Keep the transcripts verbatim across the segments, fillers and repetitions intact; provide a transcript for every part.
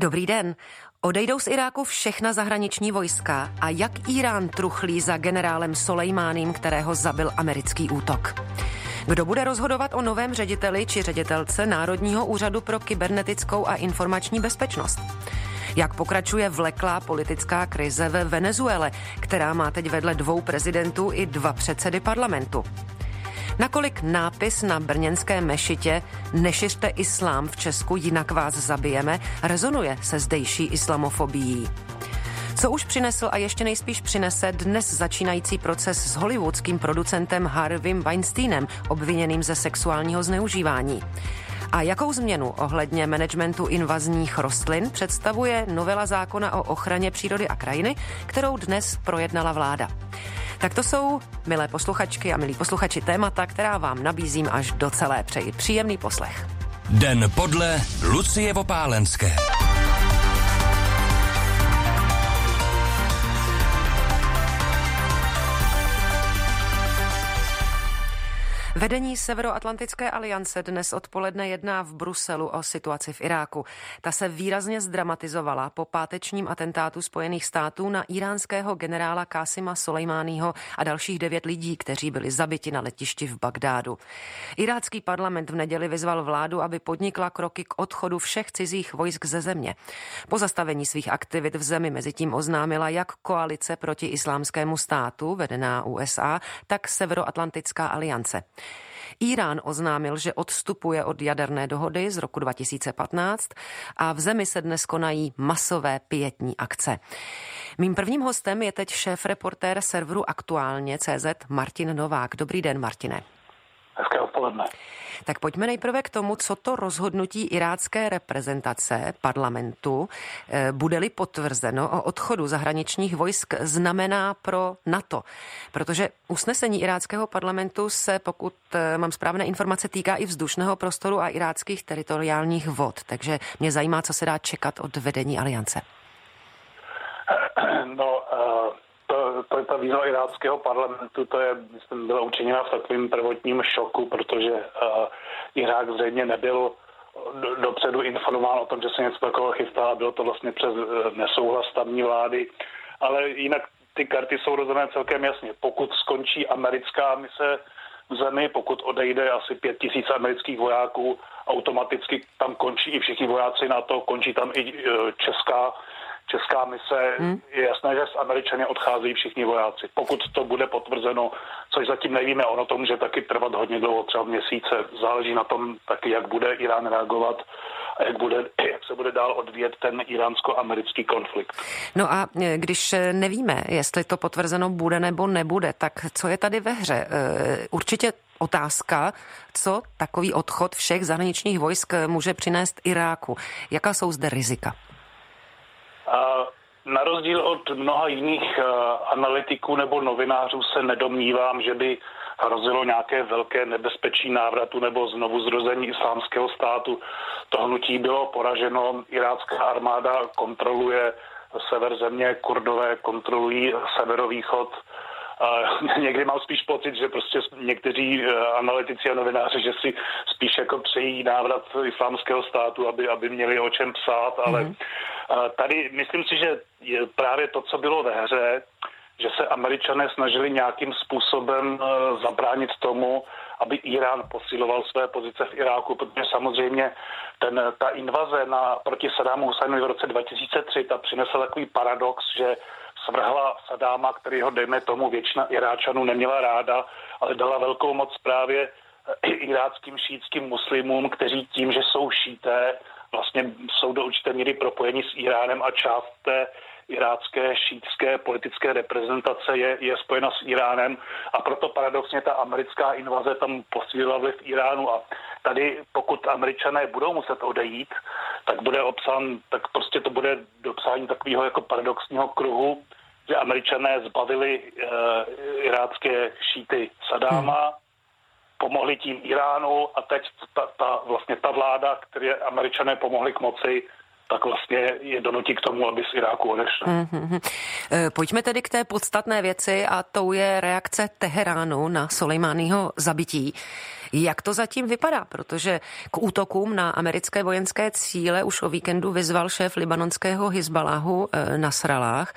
Dobrý den. Odejdou z Iráku všechna zahraniční vojska a jak Írán truchlí za generálem Sulejmáným, kterého zabil americký útok? Kdo bude rozhodovat o novém řediteli či ředitelce Národního úřadu pro kybernetickou a informační bezpečnost? Jak pokračuje vleklá politická krize ve Venezuele, která má teď vedle dvou prezidentů i dva předsedy parlamentu? Nakolik nápis na brněnské mešitě "Nešiřte islám v Česku, jinak vás zabijeme" rezonuje se zdejší islamofobií? Co už přinesl a ještě nejspíš přinese dnes začínající proces s hollywoodským producentem Harveyem Weinsteinem, obviněným ze sexuálního zneužívání? A jakou změnu ohledně managementu invazních rostlin představuje novela zákona o ochraně přírody a krajiny, kterou dnes projednala vláda? Tak to jsou, milé posluchačky a milí posluchači, témata, která vám nabízím až do celé. Přeji příjemný poslech. Den podle Lucie Vopálenské. Vedení Severoatlantické aliance dnes odpoledne jedná v Bruselu o situaci v Iráku. Ta se výrazně zdramatizovala po pátečním atentátu Spojených států na íránského generála Qásima Sulejmáního a dalších devět lidí, kteří byli zabiti na letišti v Bagdádu. Irácký parlament v neděli vyzval vládu, aby podnikla kroky k odchodu všech cizích vojsk ze země. Po zastavení svých aktivit v zemi mezitím oznámila jak koalice proti islámskému státu, vedená U S A, tak Severoatlantická aliance. Írán oznámil, že odstupuje od jaderné dohody z roku dva tisíce patnáct a v zemi se dnes konají masové pietní akce. Mým prvním hostem je teď šéfreportér serveru Aktuálně tečka cé zet Martin Novák. Dobrý den, Martine. Hezké odpoledne. Tak pojďme nejprve k tomu, co to rozhodnutí irácké reprezentace parlamentu, bude-li potvrzeno o odchodu zahraničních vojsk, znamená pro NATO. Protože usnesení iráckého parlamentu se, pokud mám správné informace, týká i vzdušného prostoru a iráckých teritoriálních vod. Takže mě zajímá, co se dá čekat od vedení aliance. No, uh... To, to je ta výzva iráckého parlamentu, to je, myslím, byla učiněna v takovém prvotním šoku, protože uh, Irák zřejmě nebyl do, dopředu informován o tom, že se něco takového chystá a bylo to vlastně přes uh, nesouhlas tamní vlády. Ale jinak ty karty jsou rozdané celkem jasně. Pokud skončí americká mise v zemi, pokud odejde asi pět tisíc amerických vojáků, automaticky tam končí i všichni vojáci NATO, končí tam i uh, česká Česká mise, hmm. je jasné, že z Američany odcházejí všichni vojáci. Pokud to bude potvrzeno, což zatím nevíme, ono to může taky trvat hodně dlouho, třeba měsíce. Záleží na tom taky, jak bude Irán reagovat a jak, bude, jak se bude dál odvíjet ten iránsko-americký konflikt. No a když nevíme, jestli to potvrzeno bude nebo nebude, tak co je tady ve hře? Určitě otázka, co takový odchod všech zahraničních vojsk může přinést Iráku. Jaká jsou zde rizika? Na rozdíl od mnoha jiných analytiků nebo novinářů se nedomnívám, že by hrozilo nějaké velké nebezpečí návratu nebo znovu zrození islámského státu. To hnutí bylo poraženo, irácká armáda kontroluje sever země, Kurdové kontrolují severovýchod. Někdy mám spíš pocit, že prostě někteří analytici a novináři, že si spíš jako přejí návrat islámského státu, aby, aby měli o čem psát, ale mm. tady myslím si, že je právě to, co bylo ve hře, že se Američané snažili nějakým způsobem zabránit tomu, aby Irán posiloval své pozice v Iráku, protože samozřejmě ten, ta invaze na, proti Saddámu Husajnovi v roce dva tisíce tři, ta přinesla takový paradox, že svrhla Saddáma, kterýho, dejme tomu, většina Iráčanů neměla ráda, ale dala velkou moc právě iráckým šítským muslimům, kteří tím, že jsou šíté, vlastně jsou do určité míry propojeni s Iránem a část té irácké šítské politické reprezentace je, je spojena s Iránem a proto paradoxně ta americká invaze tam posílila vliv Iránu a tady pokud Američané budou muset odejít, tak bude obsán, tak prostě to bude dopsání takového jako paradoxního kruhu, že Američané zbavili e, irácké šíty Saddáma, hmm. pomohli tím Iránu a teď ta, ta, vlastně ta vláda, které Američané pomohli k moci, tak vlastně je donutí k tomu, aby z Iráku odešel. Mm-hmm. Pojďme tedy k té podstatné věci a tou je reakce Teheránu na Sulejmáního zabití. Jak to zatím vypadá? Protože k útokům na americké vojenské cíle už o víkendu vyzval šéf libanonského Hizbaláhu Nasrallah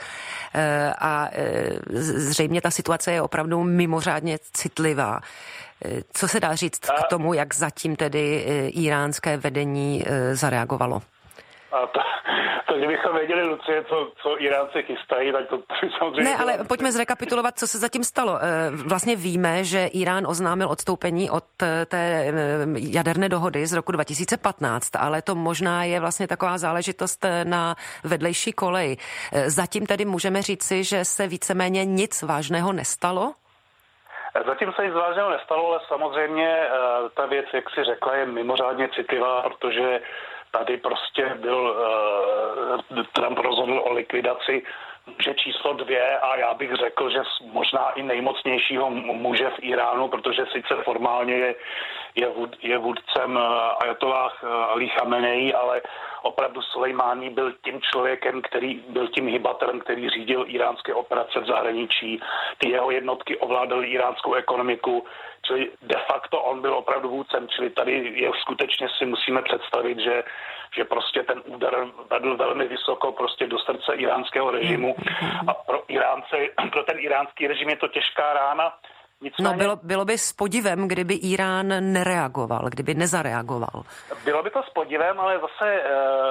a zřejmě ta situace je opravdu mimořádně citlivá. Co se dá říct k tomu, jak zatím tedy íránské vedení zareagovalo? A to, to, kdybychom věděli, Lucie, co, co Iránci chystají, tak to, to samozřejmě... Ne, ale pojďme zrekapitulovat, co se zatím stalo. Vlastně víme, že Irán oznámil odstoupení od té jaderné dohody z roku dva tisíce patnáct, ale to možná je vlastně taková záležitost na vedlejší koleji. Zatím tedy můžeme říci, že se víceméně nic vážného nestalo? Zatím se nic vážného nestalo, ale samozřejmě ta věc, jak si řekla, je mimořádně citlivá, protože tady prostě byl uh, Trump rozhodl o likvidaci muže číslo dvě a já bych řekl, že možná i nejmocnějšího muže v Iránu, protože sice formálně je, je, vůd, je vůdcem ajatolláh Ali Chamenei, ale opravdu Sulejmání byl tím člověkem, který byl tím hybatelem, který řídil iránské operace v zahraničí. Ty jeho jednotky ovládaly iránskou ekonomiku, čili de facto on byl opravdu vůdcem, čili tady je skutečně si musíme představit, že, že prostě ten úder vedl velmi vysoko prostě do srdce iránského režimu a pro Iránce, pro ten iránský režim je to těžká rána. Nicméně, no bylo, bylo by s podivem, kdyby Irán nereagoval, kdyby nezareagoval. Bylo by to s podivem, ale zase e,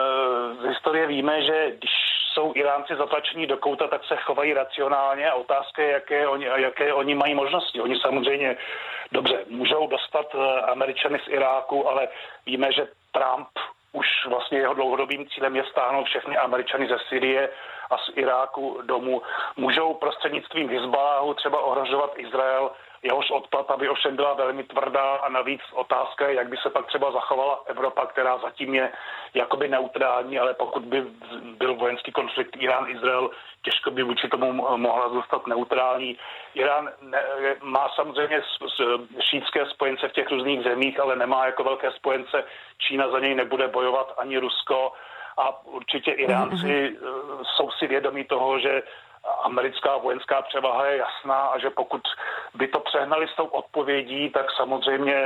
z historie víme, že když jsou Iránci zatlačení do kouta, tak se chovají racionálně a otázka je, jaké oni, jaké oni mají možnosti. Oni samozřejmě dobře můžou dostat Američany z Iráku, ale víme, že Trump už vlastně jeho dlouhodobým cílem je stáhnout všechny Američany ze Syrie a z Iráku domů. Můžou prostřednictvím Hizbaláhu třeba ohrožovat Izrael, jehož odplata by ovšem byla velmi tvrdá a navíc otázka je, jak by se pak třeba zachovala Evropa, která zatím je jakoby neutrální, ale pokud by byl vojenský konflikt Irán-Izrael, těžko by vůči tomu mohla zůstat neutrální. Irán ne, má samozřejmě šítské spojence v těch různých zemích, ale nemá jako velké spojence. Čína za něj nebude bojovat ani Rusko a určitě Iránci mm-hmm. jsou si vědomí toho, že americká vojenská převaha je jasná a že pokud by to přehnali s tou odpovědí, tak samozřejmě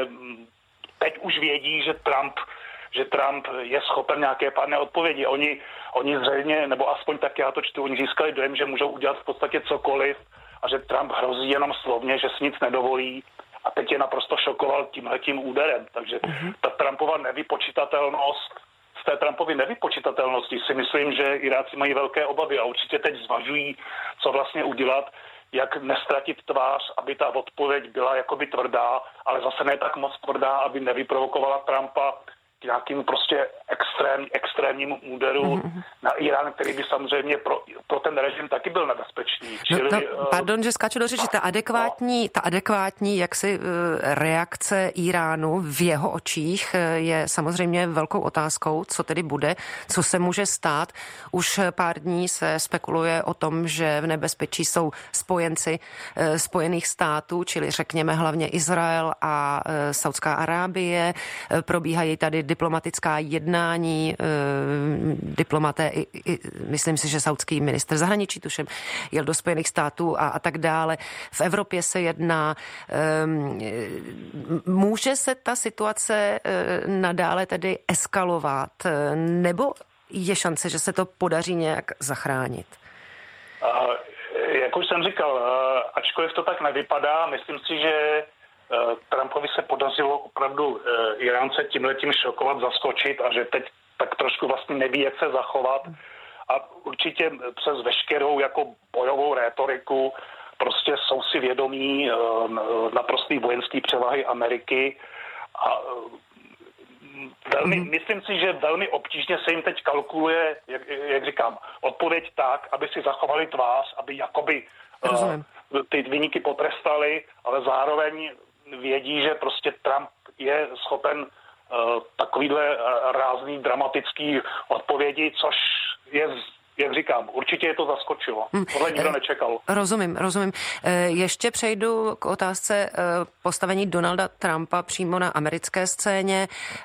teď už vědí, že Trump, že Trump je schopen nějaké pádné odpovědi. Oni, oni zřejmě, nebo aspoň tak já to čtu, oni získali dojem, že můžou udělat v podstatě cokoliv a že Trump hrozí jenom slovně, že si nic nedovolí a teď je naprosto šokoval tímhletím úderem. Takže ta Trumpova nevypočitatelnost z té Trumpovy nevypočitatelnosti si myslím, že Iráci mají velké obavy a určitě teď zvažují, co vlastně udělat, jak nestratit tvář, aby ta odpověď byla jakoby tvrdá, ale zase ne tak moc tvrdá, aby nevyprovokovala Trumpa k nějakému prostě extrém, extrémnímu úderu mm-hmm. na Irán, který by samozřejmě pro, pro ten režim taky byl nebezpečný. Čili, no, no, pardon, že skáču do řeči, ta adekvátní, no. ta adekvátní jaksi reakce Iránu v jeho očích je samozřejmě velkou otázkou, co tedy bude, co se může stát. Už pár dní se spekuluje o tom, že v nebezpečí jsou spojenci Spojených států, čili řekněme hlavně Izrael a Saudská Arábie. Probíhají tady diplomatická jednání, eh, diplomaté, i, i, myslím si, že saudský ministr zahraničí, tuším, jel do Spojených států a, a tak dále. V Evropě se jedná. Eh, může se ta situace eh, nadále tedy eskalovat, eh, nebo je šance, že se to podaří nějak zachránit? Uh, jak už jsem říkal, uh, ačkoliv to tak nevypadá, myslím si, že Trumpovi se podařilo opravdu Iránce tímhletím šokovat, zaskočit a že teď tak trošku vlastně neví, jak se zachovat a určitě přes veškerou jako bojovou rétoriku prostě jsou si vědomí naprostý vojenský převahy Ameriky a velmi, mm-hmm. myslím si, že velmi obtížně se jim teď kalkuluje, jak, jak říkám, odpověď tak, aby si zachovali tvář, aby jakoby uh, ty viníky potrestali, ale zároveň vědí, že prostě Trump je schopen uh, takovýhle uh, rázný, dramatický odpovědi, což je jak říkám, určitě je to zaskočilo. Tohle nikdo nečekal. Rozumím, rozumím. Ještě přejdu k otázce postavení Donalda Trumpa přímo na americké scéně.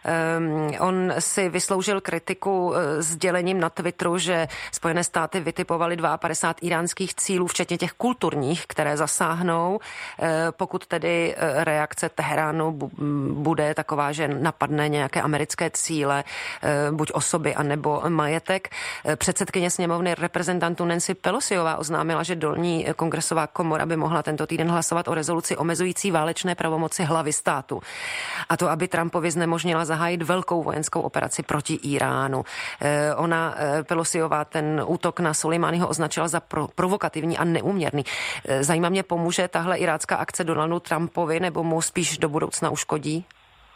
On si vysloužil kritiku sdělením na Twitteru, že Spojené státy vytipovaly padesát dva iránských cílů, včetně těch kulturních, které zasáhnou. Pokud tedy reakce Teheránu bude taková, že napadne nějaké americké cíle, buď osoby, anebo majetek. Předsedkyně sněmovny reprezentantů Nancy Pelosiová oznámila, že dolní kongresová komora by mohla tento týden hlasovat o rezoluci omezující válečné pravomoci hlavy státu. A to, aby Trumpovi znemožnila zahájit velkou vojenskou operaci proti Iránu. Ona, Pelosiová, ten útok na Sulejmáního označila za pro, provokativní a neúměrný. Zajímá mě, pomůže tahle irácká akce Donaldu Trumpovi, nebo mu spíš do budoucna uškodí?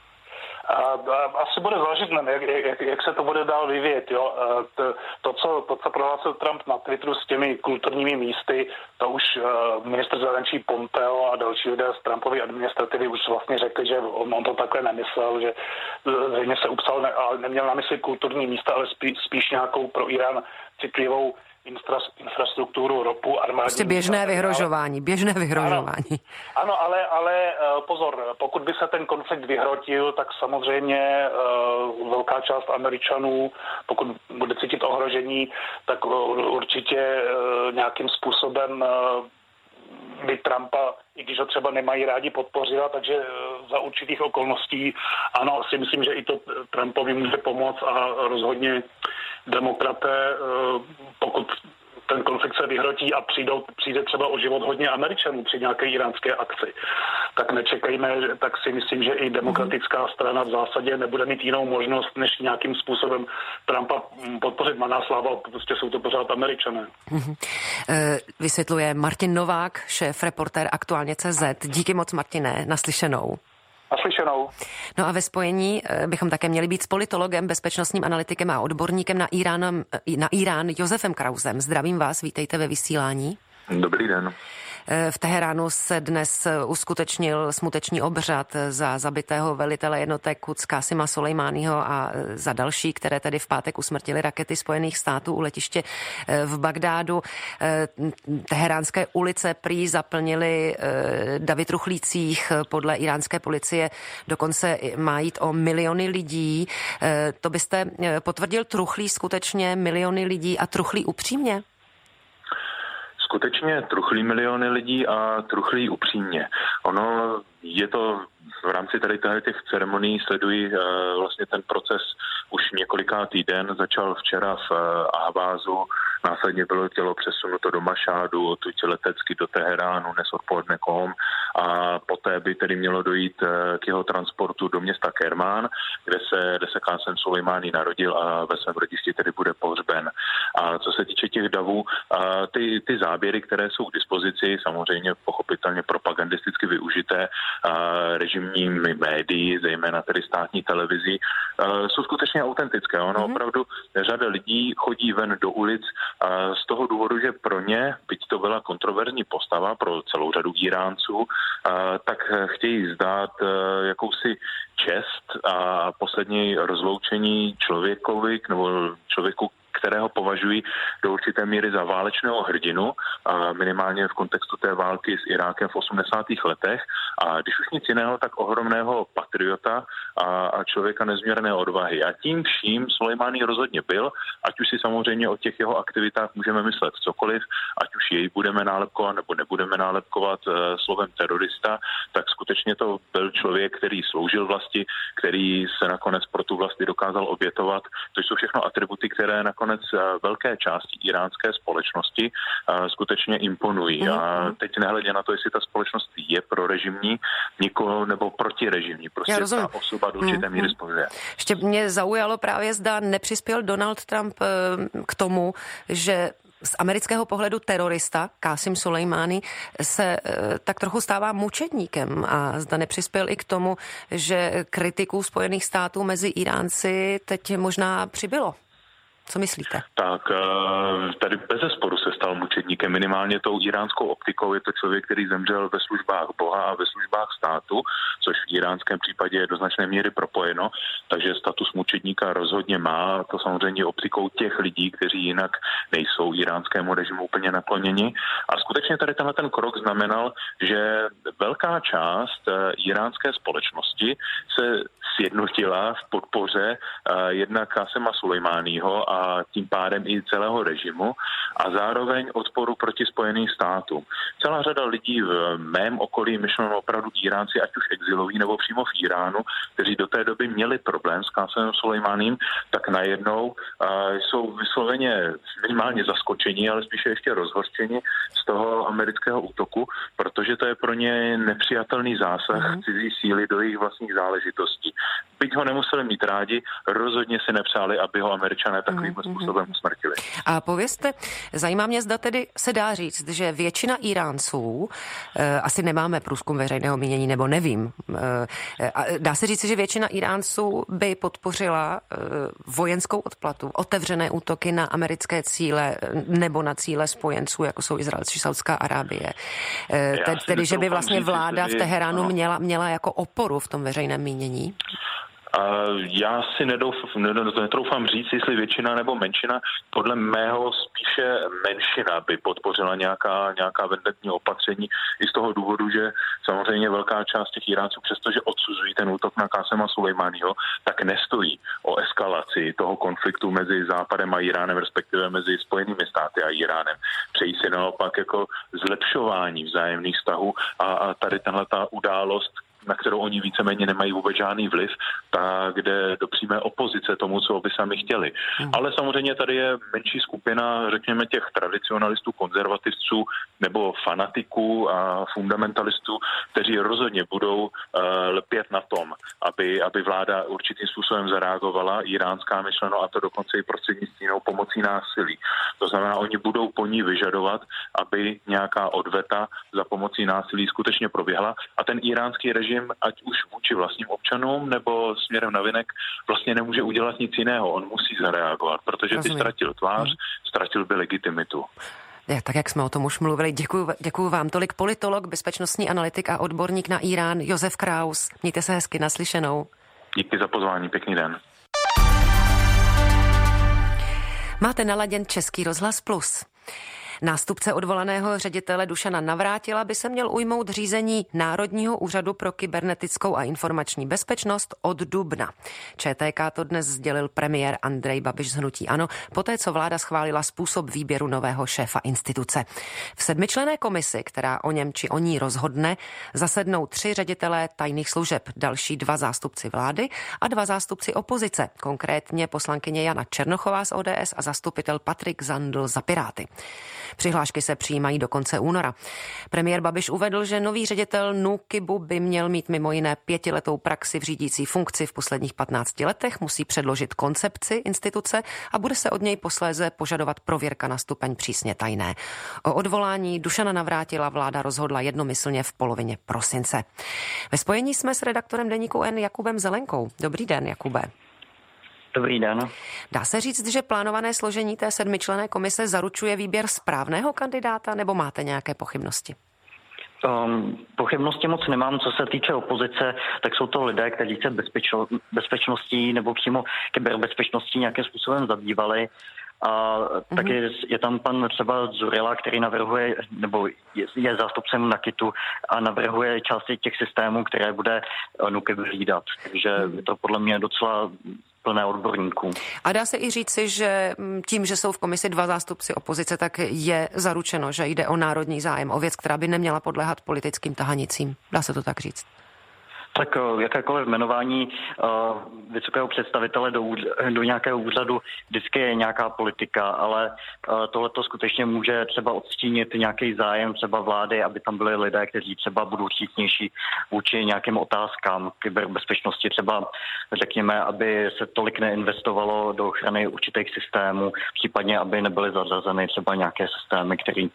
Asi bude záležet, jak, jak, jak se to bude dál vyvíjet. Jo? To, to, co, to, co prohlásil Trump na Twitteru s těmi kulturními místy, to už ministr zahraničí Pompeo a další lidé z Trumpovy administrativy už vlastně řekli, že on, on to takhle nemyslel, že zřejmě se upsal, ne, ale neměl na mysli kulturní místa, ale spí, spíš nějakou pro Irán citlivou Infra, infrastrukturu, ropu, armádní... Prostě běžné vyhrožování, běžné vyhrožování. Ano, ano ale, ale pozor, pokud by se ten konflikt vyhrotil, tak samozřejmě uh, velká část Američanů, pokud bude cítit ohrožení, tak uh, určitě uh, nějakým způsobem uh, by Trumpa, i když ho třeba nemají rádi, podpořila, takže za určitých okolností, ano, si myslím, že i to Trumpovi může pomoct a rozhodně demokraté, pokud ten konflikt se vyhrotí a přijdou, přijde třeba o život hodně Američanů při nějaké iránské akci, tak nečekejme, tak si myslím, že i demokratická strana v zásadě nebude mít jinou možnost, než nějakým způsobem Trumpa podpořit. Maná sláva, prostě jsou to pořád Američané. Mm-hmm. Vysvětluje Martin Novák, šéf reportér Aktuálně tečka cé zet. Díky moc, Martine, naslyšenou. Naslyšenou. No a ve spojení bychom také měli být s politologem, bezpečnostním analytikem a odborníkem na Irán, na Irán Josefem Krausem. Zdravím vás, vítejte ve vysílání. Dobrý den. V Teheránu se dnes uskutečnil smuteční obřad za zabitého velitele jednotek Quds Qasima Sulejmáního a za další, které tedy v pátek usmrtily rakety Spojených států u letiště v Bagdádu. Teheránské ulice prý zaplnily davy truchlících, podle iránské policie dokonce má jít o miliony lidí. To byste potvrdil, truchlí skutečně miliony lidí a truchlí upřímně? Skutečně truchlí miliony lidí a truchlí upřímně. Ono je to v rámci tady těch ceremonií, sledují uh, vlastně ten proces už několikátý den. Začal včera v uh, Ahvázu, následně bylo tělo přesunuto do Mašádu, odtud letecky do Teheránu, dnes odpoledne Kohom a poté by tedy mělo dojít uh, k jeho transportu do města Kermán, kde se, kde se Qasem Sulejmání narodil a ve svém rodišti tedy bude pohřben. A co se týče těch davů, uh, ty, ty záběry, které jsou k dispozici, samozřejmě pochopitelně propagandisticky využité uh, režimními médii, zejména tedy státní televizi, uh, jsou skutečně autentické. Ono mm-hmm. opravdu řada lidí chodí ven do ulic uh, z toho důvodu, že pro ně, byť to byla kontroverzní postava pro celou řadu Iránců, uh, tak chtějí zdát uh, jakousi čest a poslední rozloučení člověkovi nebo člověku, kterého považují do určité míry za válečného hrdinu, minimálně v kontextu té války s Irákem v osmdesátých letech. A když už nic jiného, tak ohromného patriota a člověka nezměrné odvahy. A tím vším Sulejmání rozhodně byl, ať už si samozřejmě o těch jeho aktivitách můžeme myslet cokoliv, ať už jej budeme nálepkovat nebo nebudeme nálepkovat slovem terorista, tak skutečně to byl člověk, který sloužil vlasti, který se nakonec pro tu vlasti dokázal obětovat. To jsou všechno atributy, které nakonec velké části iránské společnosti skutečně imponují. Mm-hmm. A teď nehledě na to, jestli ta společnost je prorežimní, nikoho nebo protirežimní. Prostě ta osoba do určité míry spojuje. Ještě mě zaujalo právě, zda nepřispěl Donald Trump k tomu, že z amerického pohledu terorista Qasim Sulejmání se tak trochu stává mučedníkem a zda nepřispěl i k tomu, že kritiků Spojených států mezi Iránci teď možná přibylo. Co myslíte? Tak tady bezesporu se stal mučedníkem. Minimálně tou iránskou optikou je to člověk, který zemřel ve službách Boha a ve službách státu, což v iránském případě je do značné míry propojeno, takže status mučedníka rozhodně má. To samozřejmě optikou těch lidí, kteří jinak nejsou iránskému režimu úplně nakloněni. A skutečně tady tenhle ten krok znamenal, že velká část iránské společnosti se sjednotila v podpoře jednak Qasema Sulejmáního a tím pádem i celého režimu a zároveň odporu proti Spojeným státům. Celá řada lidí v mém okolí, myšleno opravdu Iránci, ať už exiloví nebo přímo v Iránu, kteří do té doby měli problém s Qasemem Sulejmáným, tak najednou jsou vysloveně minimálně zaskočeni, ale spíše ještě rozhořčeni z toho amerického útoku, protože to je pro ně nepřijatelný zásah mm. cizí síly do jejich vlastních záležitostí. Byť ho nemuseli mít rádi, rozhodně si nepřáli, aby ho Američané takovým mm, způsobem mm. usmrtili. A povězte, zajímá mě, zda tedy se dá říct, že většina Iránců, e, asi nemáme průzkum veřejného mínění, nebo nevím, e, dá se říct, že většina Iránců by podpořila e, vojenskou odplatu, otevřené útoky na americké cíle nebo na cíle spojenců, jako jsou Izrael či Saudská Arábie. E, te, tedy, že by vlastně vláda v Teheránu měla, měla jako oporu v tom veřejném mínění? Já si nedouf, netroufám říct, jestli většina nebo menšina. Podle mého spíše menšina by podpořila nějaká, nějaká vendetní opatření i z toho důvodu, že samozřejmě velká část těch Iránců, přestože odsuzují ten útok na Qasema Sulejmáního, tak nestojí o eskalaci toho konfliktu mezi Západem a Iránem, respektive mezi Spojenými státy a Iránem. Přejí si naopak jako zlepšování vzájemných vztahů a, a tady tahleta událost, na kterou oni víceméně nemají vůbec žádný vliv, ta, kde do přímé opozice tomu, co by sami chtěli. Hmm. Ale samozřejmě tady je menší skupina, řekněme, těch tradicionalistů, konzervativců nebo fanatiků a fundamentalistů, kteří rozhodně budou uh, lpět na tom, aby, aby vláda určitým způsobem zareagovala, iránská myšleno, a to dokonce i prostřednictvím pomocí násilí. To znamená, oni budou po ní vyžadovat, aby nějaká odveta za pomocí násilí skutečně proběhla a ten iránský režim, ať už vůči vlastním občanům nebo směrem na vinek, vlastně nemůže udělat nic jiného. On musí zareagovat, protože by ztratil tvář, ztratil by legitimitu. Je, tak jak jsme o tom už mluvili, děkuju, děkuju vám. Tolik politolog, bezpečnostní analytik a odborník na Irán Josef Kraus. Mějte se hezky, naslyšenou. Díky za pozvání, pěkný den. Máte naladěn Český rozhlas Plus. Nástupce odvolaného ředitele Dušana Navrátila by se měl ujmout řízení Národního úřadu pro kybernetickou a informační bezpečnost od dubna. ČTK to dnes sdělil premiér Andrej Babiš z hnutí ANO, poté co vláda schválila způsob výběru nového šéfa instituce. V sedmičlenné komisi, která o něm či o ní rozhodne, zasednou tři ředitelé tajných služeb, další dva zástupci vlády a dva zástupci opozice, konkrétně poslankyně Jana Černochová z O D S a zastupitel Patrik Zandl za Piráty. Přihlášky se přijímají do konce února. Premiér Babiš uvedl, že nový ředitel NÚKIBu by měl mít mimo jiné pětiletou praxi v řídící funkci v posledních patnácti letech, musí předložit koncepci instituce a bude se od něj posléze požadovat prověrka na stupeň přísně tajné. O odvolání Dušana Navrátila vláda rozhodla jednomyslně v polovině prosince. Ve spojení jsme s redaktorem deníku N Jakubem Zelenkou. Dobrý den, Jakube. Dobrý den. Dá se říct, že plánované složení té sedmičlenné komise zaručuje výběr správného kandidáta, nebo máte nějaké pochybnosti? Um, pochybnosti moc nemám, co se týče opozice, tak jsou to lidé, kteří se bezpečno, bezpečností nebo přímo kyberbezpečností nějakým způsobem zabývali. A mm-hmm. taky je tam pan třeba Dzurilla, který navrhuje, nebo je, je zástupcem NAKITu a navrhuje části těch systémů, které bude NÚKIB hlídat. Takže je to podle mě docela plné odborníků. A dá se i říci, že tím, že jsou v komisi dva zástupci opozice, tak je zaručeno, že jde o národní zájem, o věc, která by neměla podléhat politickým tahanicím. Dá se to tak říct? Tak jakékoliv jmenování uh, vysokého představitele do, do nějakého úřadu vždycky je nějaká politika, ale uh, tohle to skutečně může třeba odstínit nějaký zájem třeba vlády, aby tam byli lidé, kteří třeba budou přísnější vůči nějakým otázkám kyberbezpečnosti. Třeba řekněme, aby se tolik neinvestovalo do ochrany určitých systémů, případně aby nebyly zařazeny třeba nějaké systémy, které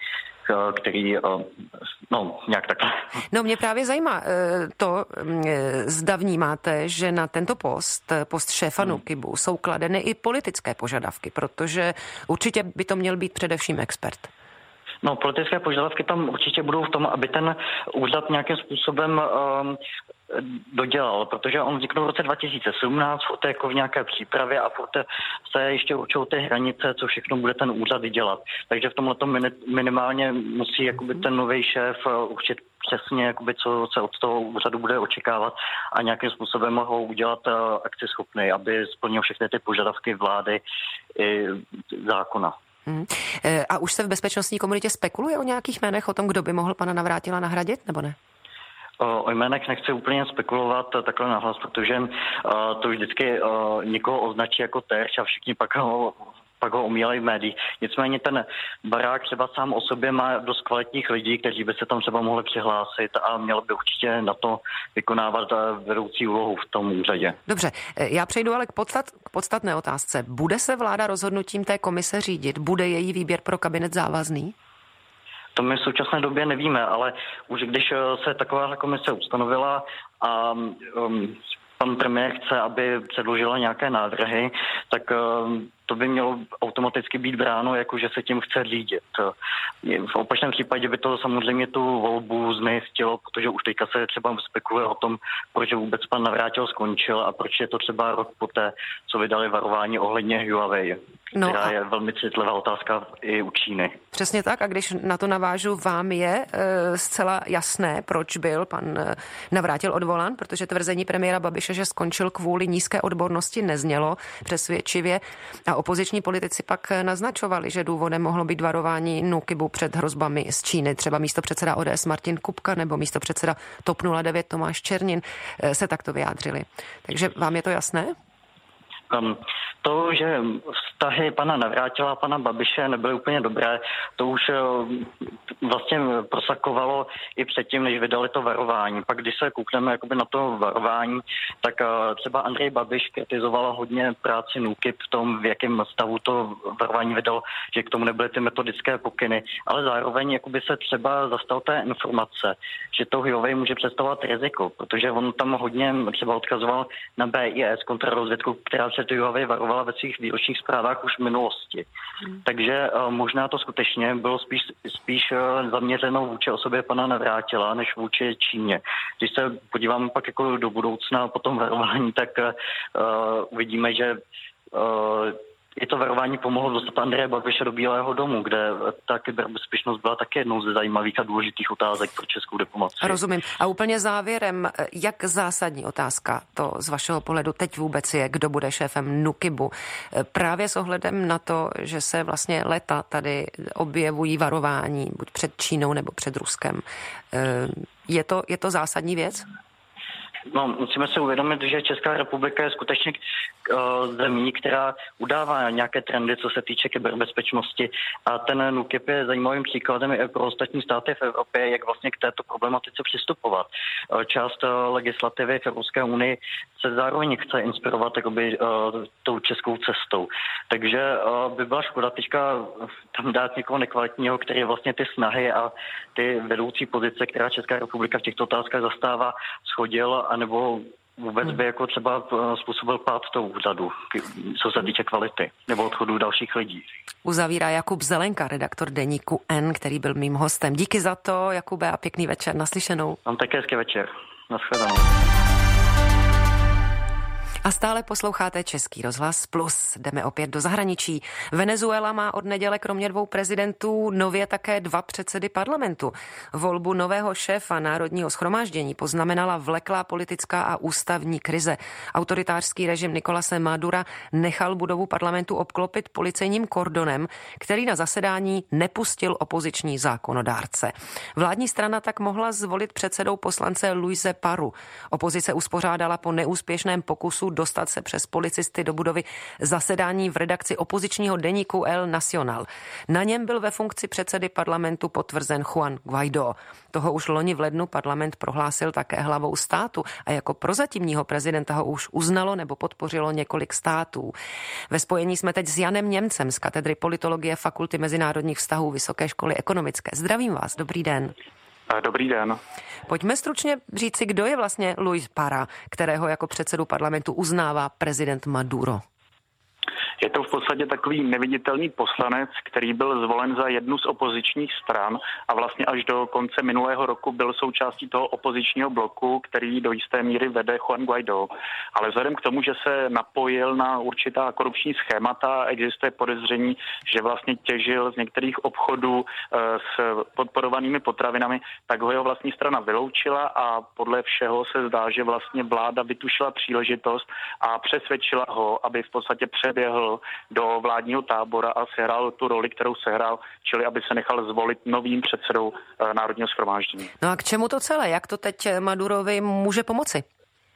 který, no, nějak takhle. No, mě právě zajímá to, zda vnímáte, že na tento post, post šéfa NÚKIBu, jsou kladeny i politické požadavky, protože určitě by to měl být především expert. No, politické požadavky tam určitě budou v tom, aby ten úřad nějakým způsobem um, dodělal, protože on vzniknul v roce dva tisíce sedmnáct, furt jako v nějaké přípravě a furt se ještě určují ty hranice, co všechno bude ten úřad dělat. Takže v tomhletom minimálně musí jakoby ten nový šéf určit přesně, jakoby, co se od toho úřadu bude očekávat a nějakým způsobem ho udělat uh, akceschopný, aby splnil všechny ty požadavky vlády i zákona. Hmm. A už se v bezpečnostní komunitě spekuluje o nějakých jménech, o tom, kdo by mohl pana Navrátila nahradit, nebo ne? O jménech nechci úplně spekulovat takhle nahlas, protože uh, to vždycky uh, někoho označí jako terč a všichni pak ho, pak ho omílají v médiích. Nicméně ten barák třeba sám o sobě má dost kvalitních lidí, kteří by se tam třeba mohli přihlásit a měl by určitě na to vykonávat vedoucí úlohu v tom úřadě. Dobře, já přejdu ale k, podstat, k podstatné otázce. Bude se vláda rozhodnutím té komise řídit? Bude její výběr pro kabinet závazný? To my v současné době nevíme, ale už když se taková komise ustanovila a um, pan premiér chce, aby předložila nějaké návrhy, tak um, to by mělo automaticky být bráno, jako že se tím chce řídit. V opačném případě by to samozřejmě tu volbu znejistilo, protože už teďka se třeba spekuluje o tom, proč vůbec pan Navrátil skončil a proč je to třeba rok poté, co vydali varování ohledně Huawei, no která a... je velmi citlivá otázka i u Číny. Přesně tak, a když na to navážu, vám je e, zcela jasné, proč byl pan e, Navrátil odvolán, protože tvrzení premiéra Babiše, že skončil kvůli nízké odbornosti, neznělo přesvědčivě a opoziční politici pak naznačovali, že důvodem mohlo být varování NÚKIBu před hrozbami z Číny. Třeba místopředseda O D S Martin Kupka nebo místopředseda TOP nula devět Tomáš Černin se takto vyjádřili. Takže vám je to jasné? Um, to, že vztahy pana Navrátila a pana Babiše nebyly úplně dobré, to už uh, vlastně prosakovalo i předtím, než vydali to varování. Pak když se koukneme jakoby na to varování, tak uh, třeba Andrej Babiš kritizoval hodně práci NÚKIB v tom, v jakém stavu to varování vydal, že k tomu nebyly ty metodické pokyny, ale zároveň jakoby se třeba zastal té informace, že to Huawei může představovat riziko, protože on tam hodně třeba odkazoval na B I S kontrarozvědku, která před Huawei varovala ve svých výročních zprávách už v minulosti. Hmm. Takže uh, možná to skutečně bylo spíš, spíš uh, zaměřeno vůči osobě pana Navrátila, než vůči Číně. Když se podíváme pak jako do budoucna po tom varování, tak uh, uvidíme, že uh, i to varování pomohlo dostat Andreje Babiše do Bílého domu, kde ta kyberbezpečnost byla také jednou ze zajímavých a důležitých otázek pro českou diplomacii. Rozumím. A úplně závěrem, jak zásadní otázka to z vašeho pohledu teď vůbec je, kdo bude šéfem NÚKIBu? Právě s ohledem na to, že se vlastně léta tady objevují varování, buď před Čínou nebo před Ruskem. Je to, je to zásadní věc? No, musíme si uvědomit, že Česká republika je skutečně uh, zemí, která udává nějaké trendy, co se týče kyberbezpečnosti a ten NÚKIB je zajímavým příkladem i pro ostatní státy v Evropě, jak vlastně k této problematice přistupovat. Uh, část uh, legislativy v Evropské unii se zároveň chce inspirovat jakoby, uh, tou českou cestou. Takže uh, by byla škoda teďka tam dát někoho nekvalitního, který vlastně ty snahy a ty vedoucí pozice, která Česká republika v těchto otázkách zastává, shodil, anebo vůbec by jako třeba způsobil pád toho úřadu, co se týče kvality nebo odchodu dalších lidí. Uzavírá Jakub Zelenka, redaktor deníku N, který byl mým hostem. Díky za to, Jakube, a pěkný večer. Naslyšenou. Mám také hezký večer. Nashledanou. A stále posloucháte Český rozhlas Plus. Jdeme opět do zahraničí. Venezuela má od neděle kromě dvou prezidentů nově také dva předsedy parlamentu. Volbu nového šéfa Národního shromáždění poznamenala vleklá politická a ústavní krize. Autoritářský režim Nicolase Madura nechal budovu parlamentu obklopit policejním kordonem, který na zasedání nepustil opoziční zákonodárce. Vládní strana tak mohla zvolit předsedou poslance Luise Paru. Opozice uspořádala po neúspěšném pokusu dostat se přes policisty do budovy zasedání v redakci opozičního deníku El Nacional. Na něm byl ve funkci předsedy parlamentu potvrzen Juan Guaidó. Toho už loni v lednu parlament prohlásil také hlavou státu a jako prozatímního prezidenta ho už uznalo nebo podpořilo několik států. Ve spojení jsme teď s Janem Němcem z katedry politologie Fakulty mezinárodních vztahů Vysoké školy ekonomické. Zdravím vás, dobrý den. Dobrý den. Pojďme stručně říci, kdo je vlastně Luis Parra, kterého jako předsedu parlamentu uznává prezident Maduro. Je to v podstatě takový neviditelný poslanec, který byl zvolen za jednu z opozičních stran a vlastně až do konce minulého roku byl součástí toho opozičního bloku, který do jisté míry vede Juan Guaidó. Ale vzhledem k tomu, že se napojil na určitá korupční schémata, existuje podezření, že vlastně těžil z některých obchodů s podporovanými potravinami, tak ho jeho vlastní strana vyloučila a podle všeho se zdá, že vlastně vláda vytušila příležitost a přesvědčila ho, aby v podstatě přeběhl do vládního tábora a sehrál tu roli, kterou sehrál, čili aby se nechal zvolit novým předsedou e, Národního shromáždění. No a k čemu to celé? Jak to teď Madurovi může pomoci?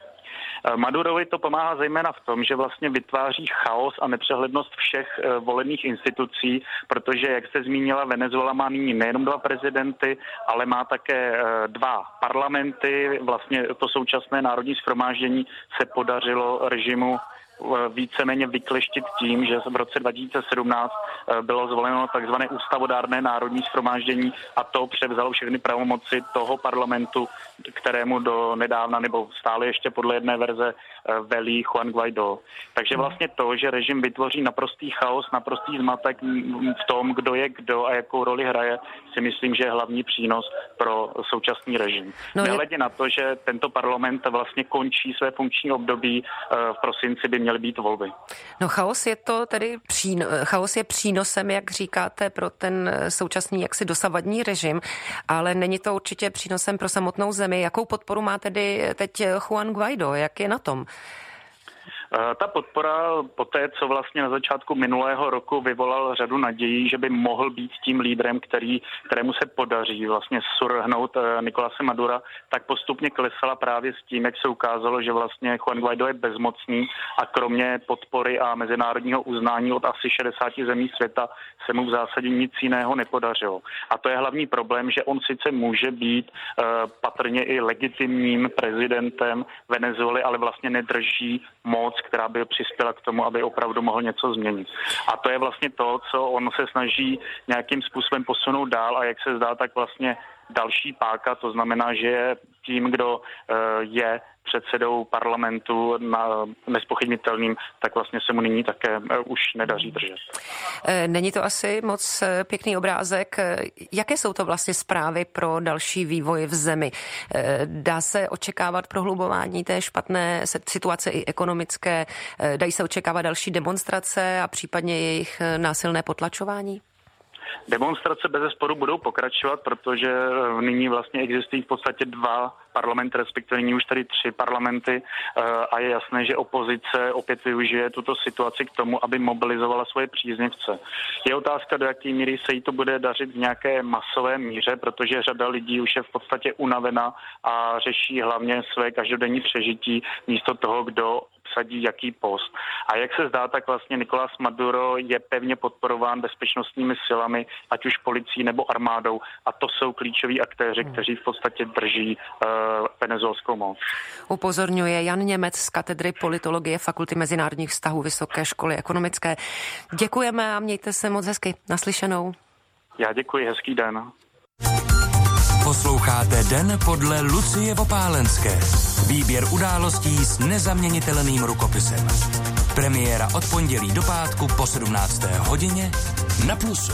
Madurovi to pomáhá zejména v tom, že vlastně vytváří chaos a nepřehlednost všech e, volených institucí, protože, jak jste zmínila, Venezuela má nyní nejenom dva prezidenty, ale má také e, dva parlamenty. Vlastně to současné Národní shromáždění se podařilo režimu víceméně vykleštit tím, že v roce dva tisíce sedmnáct bylo zvoleno takzvané ústavodárné národní shromáždění a to převzalo všechny pravomoci toho parlamentu, kterému do nedávna nebo stále ještě podle jedné verze velí Juan Guaidó. Takže vlastně to, že režim vytvoří naprostý chaos, naprostý zmatek v tom, kdo je kdo a jakou roli hraje, si myslím, že je hlavní přínos pro současný režim. No je... Nehledě na to, že tento parlament vlastně končí své funkční období, v prosinci by měly být volby. No chaos je to tedy příno, chaos je přínosem, jak říkáte, pro ten současný jaksi dosavadní režim, ale není to určitě přínosem pro samotnou zemi. Jakou podporu má tedy teď Juan Guaidó? Jak je na tom? Ta podpora po té, co vlastně na začátku minulého roku vyvolal řadu nadějí, že by mohl být tím lídrem, který, kterému se podaří vlastně surhnout Nicolase Madura, tak postupně klesala právě s tím, jak se ukázalo, že vlastně Juan Guaidó je bezmocný a kromě podpory a mezinárodního uznání od asi šedesáti zemí světa se mu v zásadě nic jiného nepodařilo. A to je hlavní problém, že on sice může být uh, patrně i legitimním prezidentem Venezuely, ale vlastně nedrží moc, která by přispěla k tomu, aby opravdu mohl něco změnit. A to je vlastně to, co on se snaží nějakým způsobem posunout dál a jak se zdá, tak vlastně další páka, to znamená, že je tím, kdo je předsedou parlamentu na nezpochybnitelným, tak vlastně se mu nyní také už nedaří držet. Není to asi moc pěkný obrázek. Jaké jsou to vlastně zprávy pro další vývoj v zemi? Dá se očekávat prohlubování té špatné situace i ekonomické? Dají se očekávat další demonstrace a případně jejich násilné potlačování? Demonstrace bezesporu budou pokračovat, protože nyní vlastně existují v podstatě dva parlamenty, respektive nyní už tady tři parlamenty a je jasné, že opozice opět využije tuto situaci k tomu, aby mobilizovala svoje příznivce. Je otázka, do jaké míry se jí to bude dařit v nějaké masové míře, protože řada lidí už je v podstatě unavena a řeší hlavně své každodenní přežití místo toho, kdo obsadí jaký post. A jak se zdá, tak vlastně Nicolás Maduro je pevně podporován bezpečnostními silami, ať už policií nebo armádou, a to jsou klíčoví aktéři, kteří v podstatě drží uh, venezuelskou moc. Upozorňuje Jan Němec z katedry politologie Fakulty mezinárodních vztahů Vysoké školy ekonomické. Děkujeme a mějte se moc hezky. Naslyšenou. Já děkuji, hezký den. Posloucháte Den podle Lucie Vopálenské. Výběr událostí s nezaměnitelným rukopisem. Premiéra od pondělí do pátku po sedmnácté hodině na Plusu.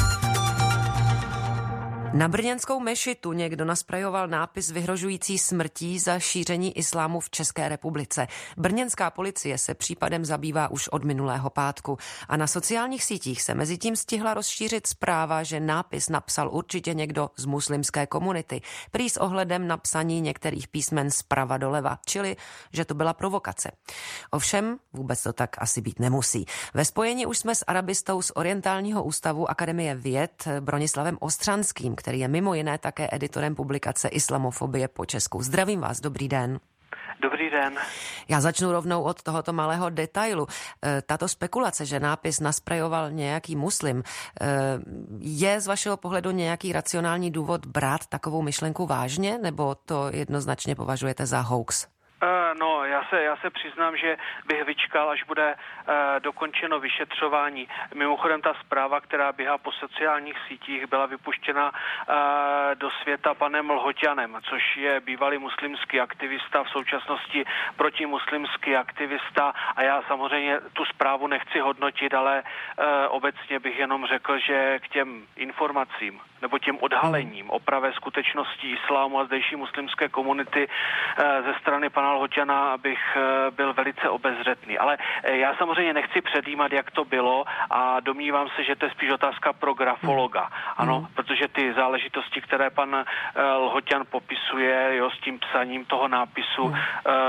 Na brněnskou mešitu někdo nasprajoval nápis vyhrožující smrtí za šíření islámu v České republice. Brněnská policie se případem zabývá už od minulého pátku a na sociálních sítích se mezitím stihla rozšířit zpráva, že nápis napsal určitě někdo z muslimské komunity, prý s ohledem na psaní některých písmen zprava doleva, čili že to byla provokace. Ovšem vůbec to tak asi být nemusí. Ve spojení už jsme s arabistou z Orientálního ústavu Akademie věd Bronislavem Ostřanským, který je mimo jiné také editorem publikace Islamofobie po Česku. Zdravím vás, dobrý den. Dobrý den. Já začnu rovnou od tohoto malého detailu. Tato spekulace, že nápis nasprejoval nějaký muslim, je z vašeho pohledu nějaký racionální důvod brát takovou myšlenku vážně, nebo to jednoznačně považujete za hoax? No, já se, já se přiznám, že bych vyčkal, až bude uh, dokončeno vyšetřování. Mimochodem ta zpráva, která běhá po sociálních sítích, byla vypuštěna uh, do světa panem Lhoťanem, což je bývalý muslimský aktivista, v současnosti protimuslimský aktivista, a já samozřejmě tu zprávu nechci hodnotit, ale uh, obecně bych jenom řekl, že k těm informacím nebo těm odhalením o pravé skutečnosti islámu a zdejší muslimské komunity uh, ze strany pana Lhoťana bych byl velice obezřetný. Ale já samozřejmě nechci předjímat, jak to bylo, a domnívám se, že to je spíš otázka pro grafologa. Ano, mm. protože ty záležitosti, které pan Lhoťan popisuje, jo, s tím psaním toho nápisu, mm. uh,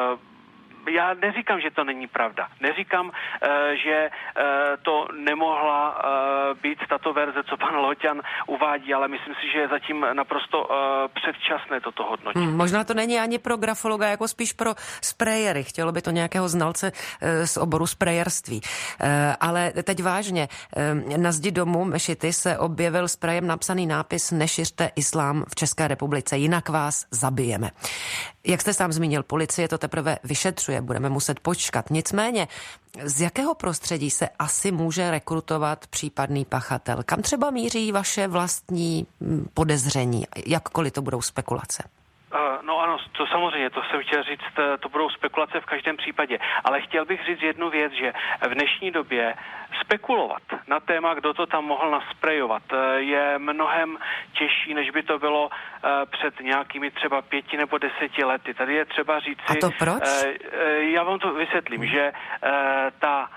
já neříkám, že to není pravda. Neříkám, uh, že uh, to nemohla uh, být tato verze, co pan Lhoťan uvádí, ale myslím si, že je zatím naprosto uh, předčasné toto hodnotit. Hmm, možná to není ani pro grafologa, jako spíš pro sprejery. Chtělo by to nějakého znalce uh, z oboru sprejerství. Uh, ale teď vážně, uh, na zdi domu mešity se objevil sprejem napsaný nápis Nešiřte islám v České republice, jinak vás zabijeme. Jak jste sám zmínil, policie to teprve vyšetřuje, budeme muset počkat. Nicméně, z jakého prostředí se asi může rekrutovat případný pachatel? Kam třeba míří vaše vlastní podezření, jakkoliv to budou spekulace? No ano, to samozřejmě, to jsem chtěl říct, to budou spekulace v každém případě. Ale chtěl bych říct jednu věc, že v dnešní době spekulovat na téma, kdo to tam mohl nasprejovat, je mnohem těžší, než by to bylo před nějakými třeba pěti nebo deseti lety. Tady je třeba říci... A to proč? Já vám to vysvětlím, že ta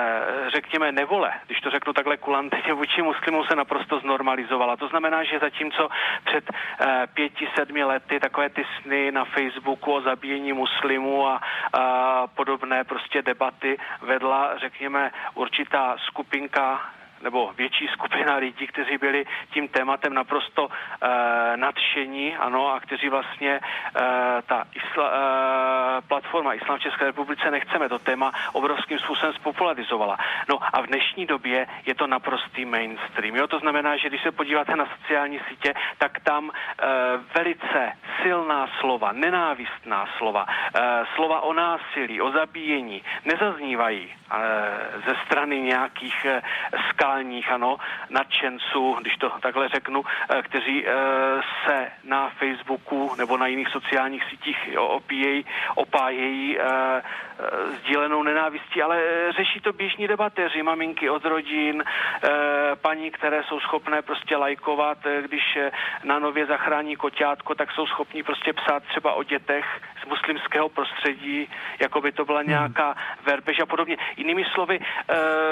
řekněme nevole, když to řeknu takhle kulantně, vůči muslimům se naprosto znormalizovala. To znamená, že zatímco před pěti, sedmi lety takové ty sny na Facebooku o zabíjení muslimů a, a podobné prostě debaty vedla, řekněme, určitá skupinka nebo větší skupina lidí, kteří byli tím tématem naprosto e, nadšení, ano, a kteří vlastně e, ta isla, e, platforma Islám v České republice nechceme, to téma obrovským způsobem spopularizovala. No a v dnešní době je to naprostý mainstream. Jo? To znamená, že když se podíváte na sociální sítě, tak tam e, velice silná slova, nenávistná slova, e, slova o násilí, o zabíjení nezaznívají e, ze strany nějakých e, skálních, ano, nadšenců, když to takhle řeknu, e, kteří e, se na Facebooku nebo na jiných sociálních sítích opíjejí, opájejí e, e, sdílenou nenávistí, ale řeší to běžní debatéři, maminky od rodin, e, paní, které jsou schopné prostě lajkovat, e, když na Nově zachrání koťátko, tak jsou schopní prostě psát třeba o dětech z muslimského prostředí, jako by to byla nějaká verbež a podobně. Jinými slovy, e,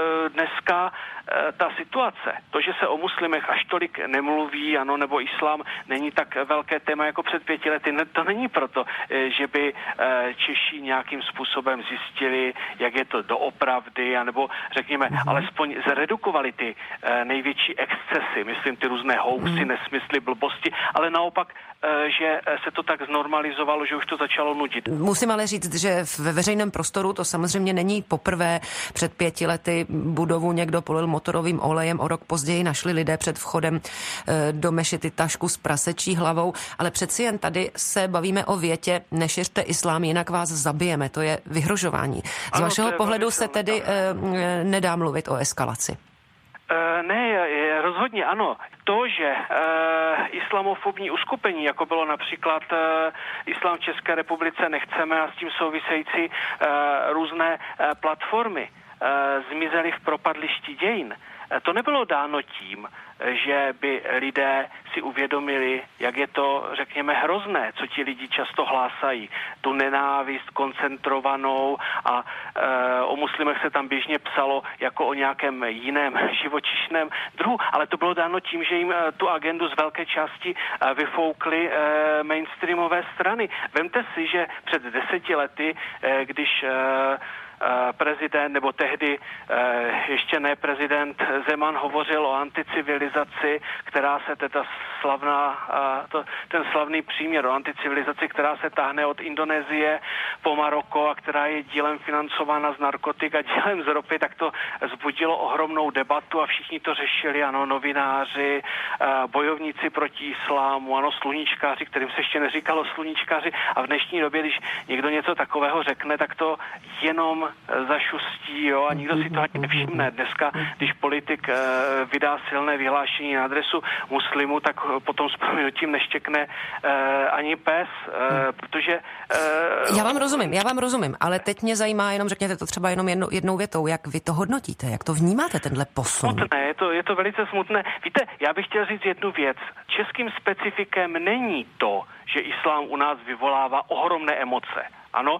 dneska e, ta situace, to, že se o muslimech až tolik nemluví, ano, nebo islám není tak velké téma jako před pěti lety, ne, to není proto, e, že by e, Češi nějakým způsobem zjistili, jak je to doopravdy, anebo řekněme, mm-hmm. alespoň zredukovali ty e, největší excesy, myslím ty různé hoaxy, mm-hmm. nesmysly, blbosti, ale naopak, e, že se to tak znormalizovalo, že už to začalo nudit. Musím ale říct, že ve veřejném prostoru to samozřejmě není poprvé. Před pěti lety budovu někdo polil motorovým olejem, o rok později našli lidé před vchodem do mešity tašku s prasečí hlavou, ale přeci jen tady se bavíme o větě nešiřte islám, jinak vás zabijeme. To je vyhrožování. Z ano, vašeho pohledu se tedy e, nedá mluvit o eskalaci. Uh, ne, je, rozhodně ano. To, že uh, islamofobní uskupení, jako bylo například uh, Islám v České republice nechceme a s tím související uh, různé uh, platformy, uh, zmizely v propadlišti dějin, uh, to nebylo dáno tím, že by lidé si uvědomili, jak je to, řekněme, hrozné, co ti lidi často hlásají. Tu nenávist koncentrovanou a e, o muslimech se tam běžně psalo jako o nějakém jiném živočišném druhu, ale to bylo dáno tím, že jim e, tu agendu z velké části e, vyfoukly e, mainstreamové strany. Vemte si, že před deseti lety, e, když e, prezident, nebo tehdy ještě ne prezident Zeman hovořil o anticivilizaci, která se teda slavná, to, ten slavný příměr o anticivilizaci, která se táhne od Indonésie po Maroko a která je dílem financována z narkotik a dílem z ropy, tak to zbudilo ohromnou debatu a všichni to řešili, ano, novináři, bojovníci proti islámu, ano, sluníčkáři, kterým se ještě neříkalo sluníčkáři, a v dnešní době, když někdo něco takového řekne, tak to jenom zašustí, jo, a nikdo si to ani nevšimne. Dneska, když politik vydá silné vyhlášení na adresu muslimu, tak potom s prominutím neštěkne ani pes, protože... Já vám rozumím, já vám rozumím, ale teď mě zajímá, jenom řekněte to třeba jenom jednou, jednou větou, jak vy to hodnotíte, jak to vnímáte, tenhle posun? Smutné, je to, je to velice smutné. Víte, já bych chtěl říct jednu věc. Českým specifikem není to, že islám u nás vyvolává ohromné emoce. Ano,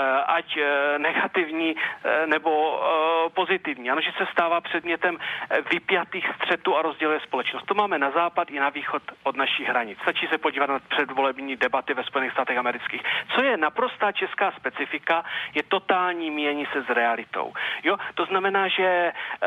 ať negativní nebo pozitivní. Ano, že se stává předmětem vypjatých střetů a rozděluje společnost. To máme na západ i na východ od našich hranic. Stačí se podívat na předvolební debaty ve Spojených státech amerických. Co je naprostá česká specifika, je totální míjení se s realitou. Jo, to znamená, že uh,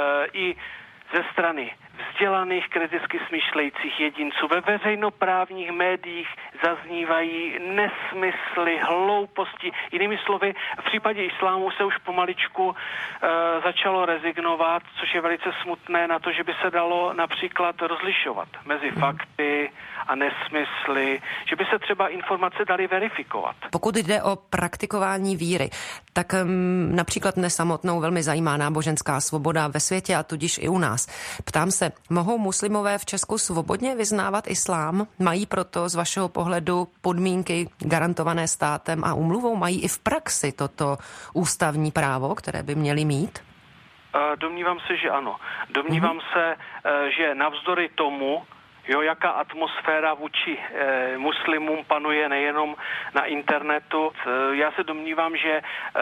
i ze strany vzdělaných, kriticky smýšlejících jedinců ve veřejnoprávních médiích zaznívají nesmysly, hlouposti. Jinými slovy, v případě islámu se už pomaličku e, začalo rezignovat, což je velice smutné, na to, že by se dalo například rozlišovat mezi fakty a nesmysly, že by se třeba informace daly verifikovat. Pokud jde o praktikování víry, tak um, například mne samotnou velmi zajímá náboženská svoboda ve světě a tudíž i u nás. Ptám se, mohou muslimové v Česku svobodně vyznávat islám? Mají proto z vašeho pohledu podmínky garantované státem a úmluvou? Mají i v praxi toto ústavní právo, které by měli mít? Domnívám se, že ano. Domnívám mm-hmm. se, že navzdory tomu, jo, jaká atmosféra vůči e, muslimům panuje nejenom na internetu. E, já se domnívám, že e,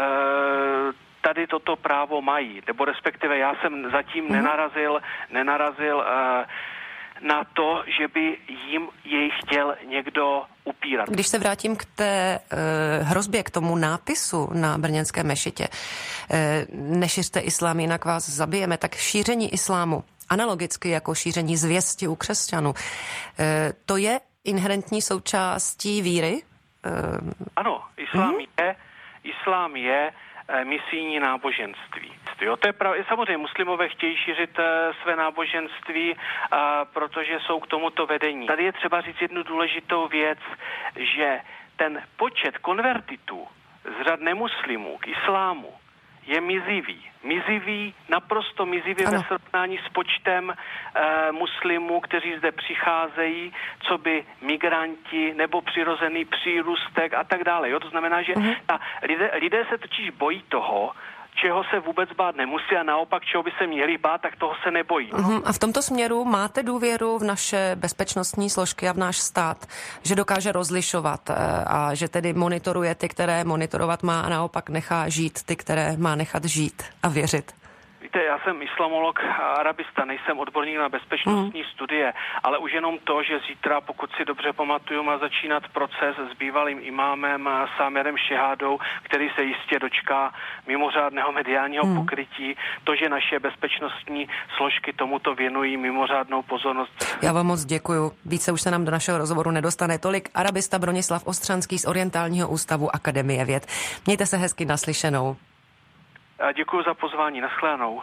tady toto právo mají, nebo respektive já jsem zatím mm-hmm. nenarazil, nenarazil uh, na to, že by jim jej chtěl někdo upírat. Když se vrátím k té uh, hrozbě, k tomu nápisu na brněnské mešitě, uh, nešiřte islám, jinak vás zabijeme, tak šíření islámu, analogicky jako šíření zvěsti u křesťanů, uh, to je inherentní součástí víry? Uh, ano, islám mm-hmm. je, islám je misijní náboženství. Jo, to je pravda. Samozřejmě muslimové chtějí šířit své náboženství, a, protože jsou k tomuto vedení. Tady je třeba říct jednu důležitou věc, že ten počet konvertitů z řad nemuslimů k islámu je mizivý. Mizivý, naprosto mizivý ve srovnání s počtem e, muslimů, kteří zde přicházejí, co by migranti nebo přirozený přírůstek a tak dále. Jo? To znamená, že uh-huh. ta, lidé, lidé se totiž bojí toho, čeho se vůbec bát nemusí a naopak, čeho by se měli bát, tak toho se nebojí. Uh-huh. A v tomto směru máte důvěru v naše bezpečnostní složky a v náš stát, že dokáže rozlišovat a že tedy monitoruje ty, které monitorovat má a naopak nechá žít ty, které má nechat žít a věřit? Víte, já jsem islamolog a arabista, nejsem odborník na bezpečnostní mm. studie, ale už jenom to, že zítra, pokud si dobře pamatuju, má začínat proces s bývalým imámem Sámirem Šehádou, který se jistě dočká mimořádného mediálního mm. pokrytí, to, že naše bezpečnostní složky tomuto věnují mimořádnou pozornost. Já vám moc děkuju. Více už se nám do našeho rozhovoru nedostane. Tolik arabista Bronislav Ostřanský z Orientálního ústavu Akademie věd. Mějte se hezky, naslyšenou. A děkuji za pozvání, nashledanou.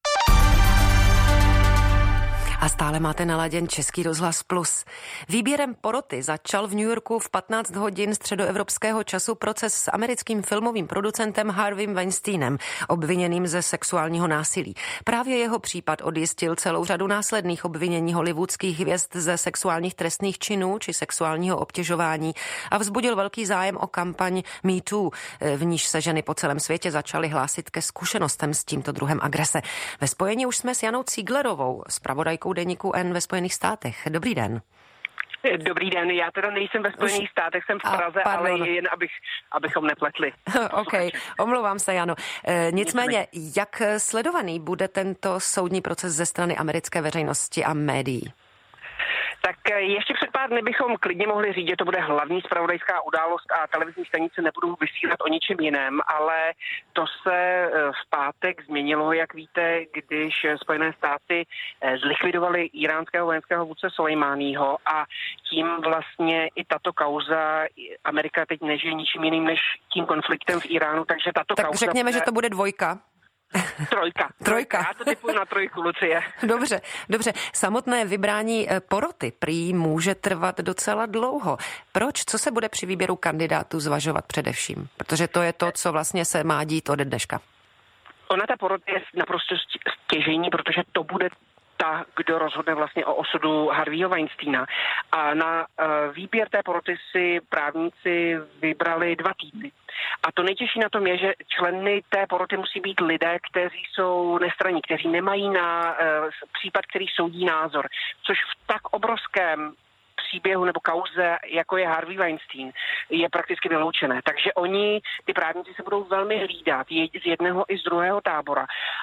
A stále máte naladěn Český rozhlas Plus. Výběrem poroty začal v New Yorku v patnáct hodin středoevropského času proces s americkým filmovým producentem Harveym Weinsteinem, obviněným ze sexuálního násilí. Právě jeho případ odjistil celou řadu následných obvinění hollywoodských hvězd ze sexuálních trestných činů či sexuálního obtěžování a vzbudil velký zájem o kampaň Me Too, v níž se ženy po celém světě začaly hlásit ke zkušenostem s tímto druhem agrese. Ve spojení už jsme s Janou Cíglerovou, zpravodajkou deníku N ve Spojených státech. Dobrý den. Dobrý den, já teda nejsem ve Spojených státech, jsem v Praze, a, ale jen abych, abychom nepletli. OK, omlouvám se, Jano. E, nicméně, jak sledovaný bude tento soudní proces ze strany americké veřejnosti a médií? Tak ještě před pár dny bychom klidně mohli říct, že to bude hlavní zpravodajská událost a televizní stanice nebudou vysílat o ničem jiném, ale to se v pátek změnilo, jak víte, když Spojené státy zlikvidovali iránského vojenského vůdce Sulejmáního a tím vlastně i tato kauza, Amerika teď nežije ničím jiným než tím konfliktem v Iránu, takže tato tak kauza... Tak řekněme, bude... že to bude dvojka. Trojka. Trojka. Já to typuji na trojku, Lucie. Dobře, dobře. Samotné vybrání poroty prý může trvat docela dlouho. Proč? Co se bude při výběru kandidátů zvažovat především? Protože to je to, co vlastně se má dít ode dneška. Ona ta porota je naprosto stěžejní, protože to bude ta, kdo rozhodne vlastně o osudu Harveyho Weinsteina. A na uh, výběr té poroty si právníci vybrali dva týdny. A to nejtěžší na tom je, že členy té poroty musí být lidé, kteří jsou nestranní, kteří nemají na uh, případ, který soudí názor, což v tak obrovském příběhu nebo kauze, jako je Harvey Weinstein, je prakticky vyloučené. Takže oni, ty právníci, se budou velmi hlídat z jedného i z druhého tábora,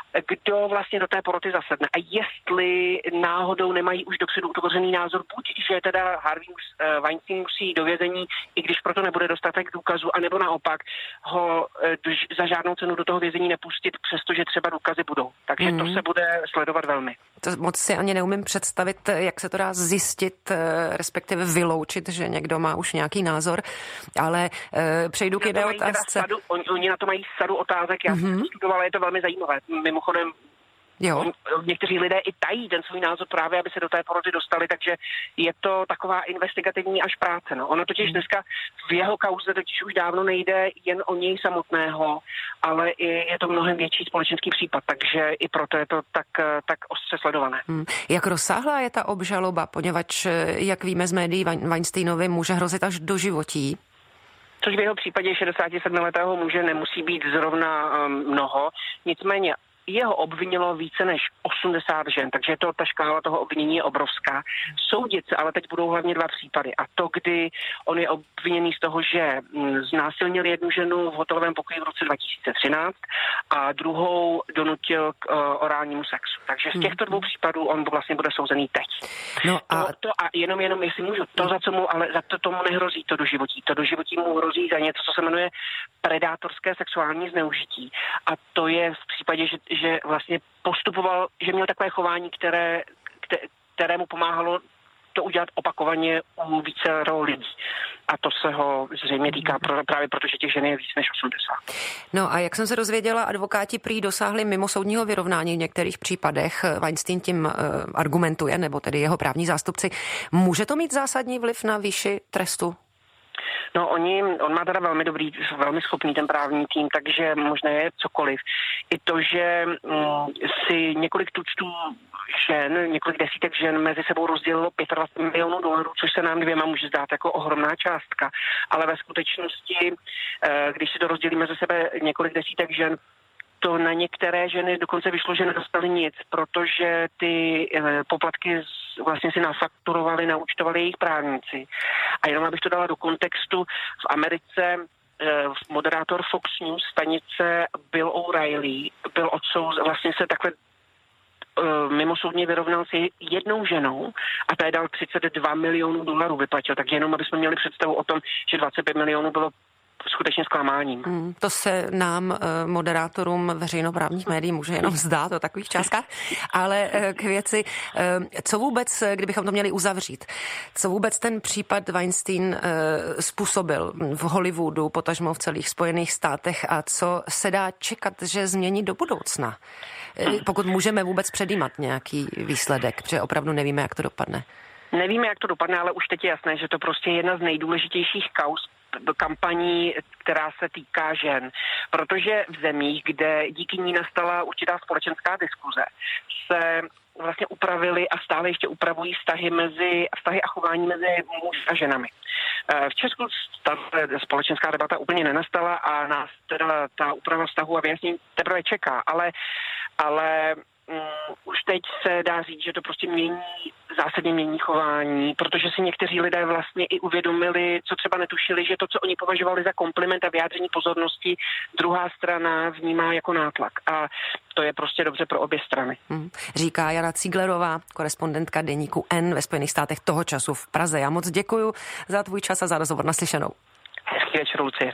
kdo vlastně do té poroty zasedne a jestli náhodou nemají už dopředu utvořený názor, buď, že teda Harvey Weinstein musí do vězení, i když proto nebude dostatek důkazů, anebo naopak ho za žádnou cenu do toho vězení nepustit, přestože třeba důkazy budou. Takže mm. to se bude sledovat velmi. To moc si ani neumím představit, jak se to dá zjistit, respektive vyloučit, že někdo má už nějaký názor, ale e, přejdu k jedné otázce. Sadu, oni, oni na to mají sadu otázek, já mm-hmm. jsem studovala, je to velmi zajímavé. Mimochodem, jo. On, někteří lidé i tají ten svůj názor právě, aby se do té poroty dostali, takže je to taková investigativní až práce. No. Ono totiž dneska v jeho kauze totiž už dávno nejde jen o něj samotného, ale i je to mnohem větší společenský případ, takže i proto je to tak, tak ostře sledované. Hmm. Jak rozsáhlá je ta obžaloba, poněvadž, jak víme z médií, Weinsteinovi může hrozit až do životí? Což v jeho případě šedesátisedmiletého muže nemusí být zrovna um, mnoho, nicméně jeho obvinilo více než osmdesát žen, takže to, ta škála toho obvinění je obrovská. Soudit se ale teď budou hlavně dva případy. A to, kdy on je obviněný z toho, že znásilnil jednu ženu v hotelovém pokoji v roce dva tisíce třináct a druhou donutil k uh, orálnímu sexu. Takže z těchto dvou případů on vlastně bude souzený teď. No a... To, to a jenom, jenom, jestli můžu, to, za co mu, ale za to tomu nehrozí to doživotí. To doživotí mu hrozí za něco, co se jmenuje predátorské sexuální zneužití. A to je v případě, že že vlastně postupoval, že měl takové chování, které, které mu pomáhalo to udělat opakovaně u více lidí. A to se ho zřejmě týká právě proto, že těch žen je víc než osmdesát. No a jak jsem se dozvěděla, advokáti prý dosáhli mimosoudního vyrovnání v některých případech. Weinstein tím uh, argumentuje, nebo tedy jeho právní zástupci. Může to mít zásadní vliv na výši trestu? No, oni, on má teda velmi dobrý, velmi schopný ten právní tým, takže možná je cokoliv. I to, že mm, si několik tuctů žen, několik desítek žen mezi sebou rozdělilo dvacet pět milionů dolarů, což se nám dvěma může zdát jako ohromná částka. Ale ve skutečnosti, když si to rozdělí mezi sebe několik desítek žen, to na některé ženy dokonce vyšlo, že nedostaly nic, protože ty poplatky vlastně si nafakturovali, naúčtovali jejich právníci. A jenom abych to dala do kontextu, v Americe moderátor Fox News stanice Bill O'Reilly byl odsouzen, vlastně se takhle mimosoudně vyrovnal si jednou ženou a ta je dal třicet dva milionů dolarů vyplatil. Takže jenom, aby jsme měli představu o tom, že dvacet pět milionů bylo skutečně zklamáním. Hmm, to se nám, moderátorům veřejnoprávních médií, může jenom zdát o takových částkách, ale k věci, co vůbec, kdybychom to měli uzavřít, co vůbec ten případ Weinstein způsobil v Hollywoodu, potažmo v celých Spojených státech a co se dá čekat, že změní do budoucna? Pokud můžeme vůbec předjímat nějaký výsledek, protože opravdu nevíme, jak to dopadne. Nevíme, jak to dopadne, ale už teď je jasné, že to prostě je jedna z nejdůležitějších kauz kampaní, která se týká žen. Protože v zemích, kde díky ní nastala určitá společenská diskuze, se vlastně upravily a stále ještě upravují vztahy mezi vztahy a chování mezi muži a ženami. V Česku ta společenská debata úplně nenastala a nás teda ta úprava vztahu a vyjasnění teprve čeká, ale, ale um, už teď se dá říct, že to prostě mění zásadně mění chování, protože si někteří lidé vlastně i uvědomili, co třeba netušili, že to, co oni považovali za kompliment a vyjádření pozornosti, druhá strana vnímá jako nátlak. A to je prostě dobře pro obě strany. Hmm. Říká Jana Cíglerová, korespondentka deníku N ve Spojených státech, toho času v Praze. Já moc děkuju za tvůj čas a za rozhovor. Naslyšenou. Hezký večer, Lucie.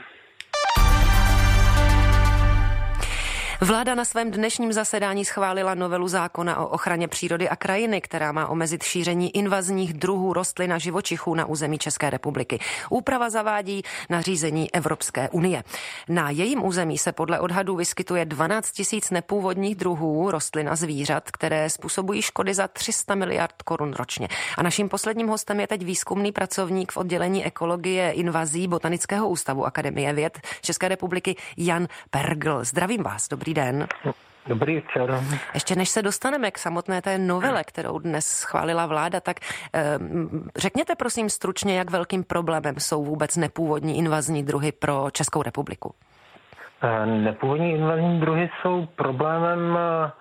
Vláda na svém dnešním zasedání schválila novelu zákona o ochraně přírody a krajiny, která má omezit šíření invazních druhů rostlin a živočichů na území České republiky. Úprava zavádí nařízení Evropské unie. Na jejím území se podle odhadů vyskytuje dvanáct tisíc nepůvodních druhů rostlin a zvířat, které způsobují škody za tři sta miliard korun ročně. A naším posledním hostem je teď výzkumný pracovník v oddělení ekologie invazí Botanického ústavu Akademie věd České republiky Jan Pergl. Zdravím vás, dobrý den. Dobrý večer. Ještě než se dostaneme k samotné té novele, kterou dnes schválila vláda, tak eh, řekněte prosím stručně, jak velkým problémem jsou vůbec nepůvodní invazní druhy pro Českou republiku. Nepůvodní invazní druhy jsou problémem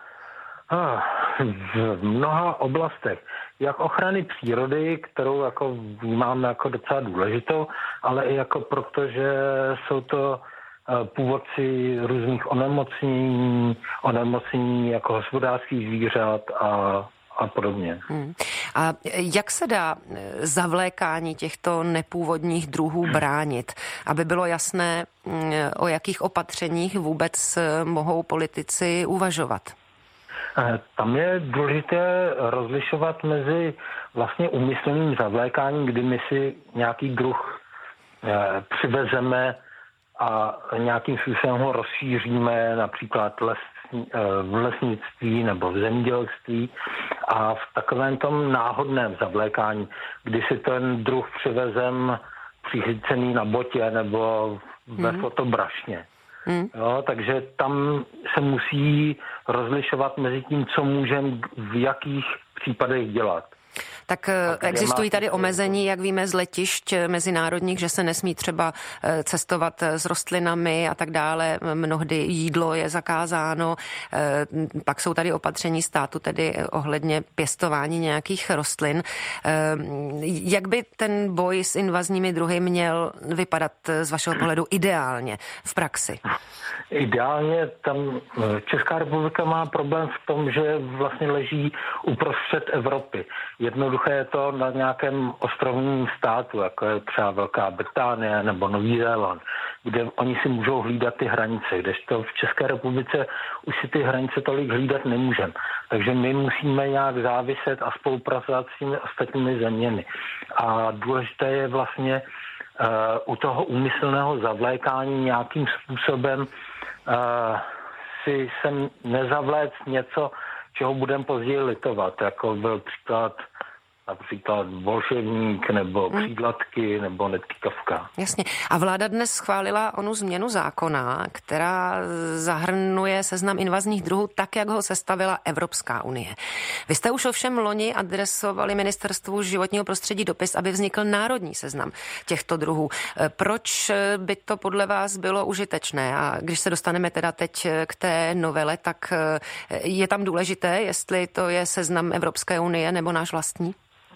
v mnoha oblastech. Jak ochrany přírody, kterou jako vnímáme jako docela důležitou, ale i jako proto, že jsou to původci různých onemocnění, onemocnění jako hospodářských zvířat a, a podobně. Hmm. A jak se dá zavlékání těchto nepůvodních druhů bránit, aby bylo jasné, o jakých opatřeních vůbec mohou politici uvažovat? Tam je důležité rozlišovat mezi vlastně úmyslným zavlékáním, kdy my si nějaký druh přivezeme a nějakým způsobem ho rozšíříme, například les, v lesnictví nebo v zemědělství, a v takovém tom náhodném zavlékání, kdy si ten druh přivezem přichycený na botě nebo ve mm. fotobrašně. Mm. Jo, takže tam se musí rozlišovat mezi tím, co můžeme v jakých případech dělat. Tak existují tady omezení, jak víme, z letišť mezinárodních, že se nesmí třeba cestovat s rostlinami a tak dále. Mnohdy jídlo je zakázáno. Pak jsou tady opatření státu, tedy ohledně pěstování nějakých rostlin. Jak by ten boj s invazními druhy měl vypadat z vašeho pohledu ideálně v praxi? Ideálně tam Česká republika má problém v tom, že vlastně leží uprostřed Evropy. Jednoduché je to na nějakém ostrovním státu, jako je třeba Velká Británie nebo Nový Zéland, kde oni si můžou hlídat ty hranice, kdežto v České republice už si ty hranice tolik hlídat nemůžeme. Takže my musíme nějak záviset a spolupracovat s těmi ostatními zeměmi. A důležité je vlastně uh, u toho úmyslného zavlékání nějakým způsobem uh, si sem nezavléct něco, čeho budeme později litovat, jako byl příklad například bolševník nebo křídlatky hmm. nebo netkavka. Jasně. A vláda dnes schválila onu změnu zákona, která zahrnuje seznam invazních druhů tak, jak ho sestavila Evropská unie. Vy jste už ovšem loni adresovali Ministerstvu životního prostředí dopis, aby vznikl národní seznam těchto druhů. Proč by to podle vás bylo užitečné? A když se dostaneme teda teď k té novele, tak je tam důležité, jestli to je seznam Evropské unie nebo náš vlastní?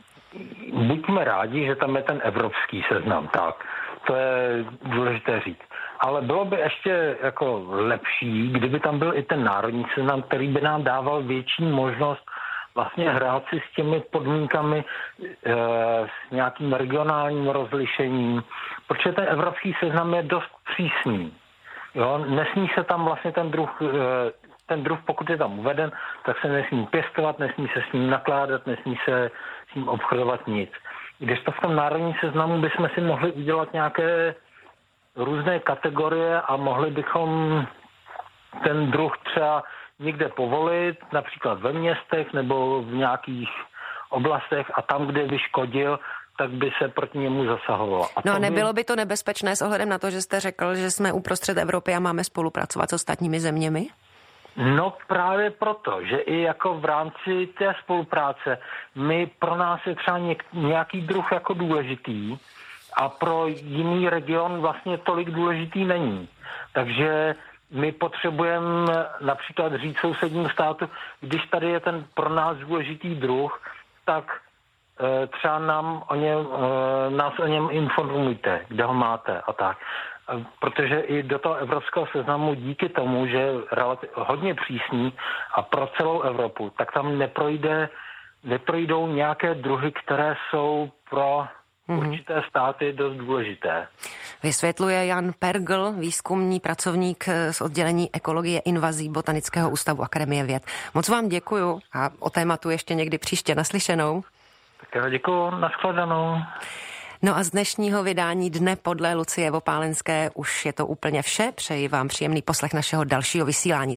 Buďme rádi, že tam je ten evropský seznam, tak. To je důležité říct. Ale bylo by ještě jako lepší, kdyby tam byl i ten národní seznam, který by nám dával větší možnost vlastně hrát si s těmi podmínkami, e, s nějakým regionálním rozlišením, protože ten evropský seznam je dost přísný. Jo? Nesmí se tam vlastně ten druh, e, ten druh, pokud je tam uveden, tak se nesmí pěstovat, nesmí se s ním nakládat, nesmí se s ním obchodovat nic. Když to v tom národním seznamu bychom si mohli udělat nějaké různé kategorie a mohli bychom ten druh třeba někde povolit, například ve městech nebo v nějakých oblastech, a tam, kde vyškodil, tak by se proti němu zasahovalo. A no a nebylo by... by to nebezpečné s ohledem na to, že jste řekl, že jsme uprostřed Evropy a máme spolupracovat s ostatními zeměmi? No právě proto, že i jako v rámci té spolupráce my, pro nás je třeba něk, nějaký druh jako důležitý a pro jiný region vlastně tolik důležitý není. Takže my potřebujeme například říct sousedním státu, když tady je ten pro nás důležitý druh, tak třeba nám o něm, nás o něm informujte, kde ho máte a tak. Protože i do toho evropského seznamu díky tomu, že je hodně přísný a pro celou Evropu, tak tam neprojde, neprojdou nějaké druhy, které jsou pro mm-hmm. určité státy dost důležité. Vysvětluje Jan Pergl, výzkumný pracovník z oddělení ekologie invazí Botanického ústavu Akademie věd. Moc vám děkuju a o tématu ještě někdy příště naslyšenou. Tak já děkuju, nashledanou. No a z dnešního vydání Dne podle Lucie Vopálenské už je to úplně vše. Přeji vám příjemný poslech našeho dalšího vysílání.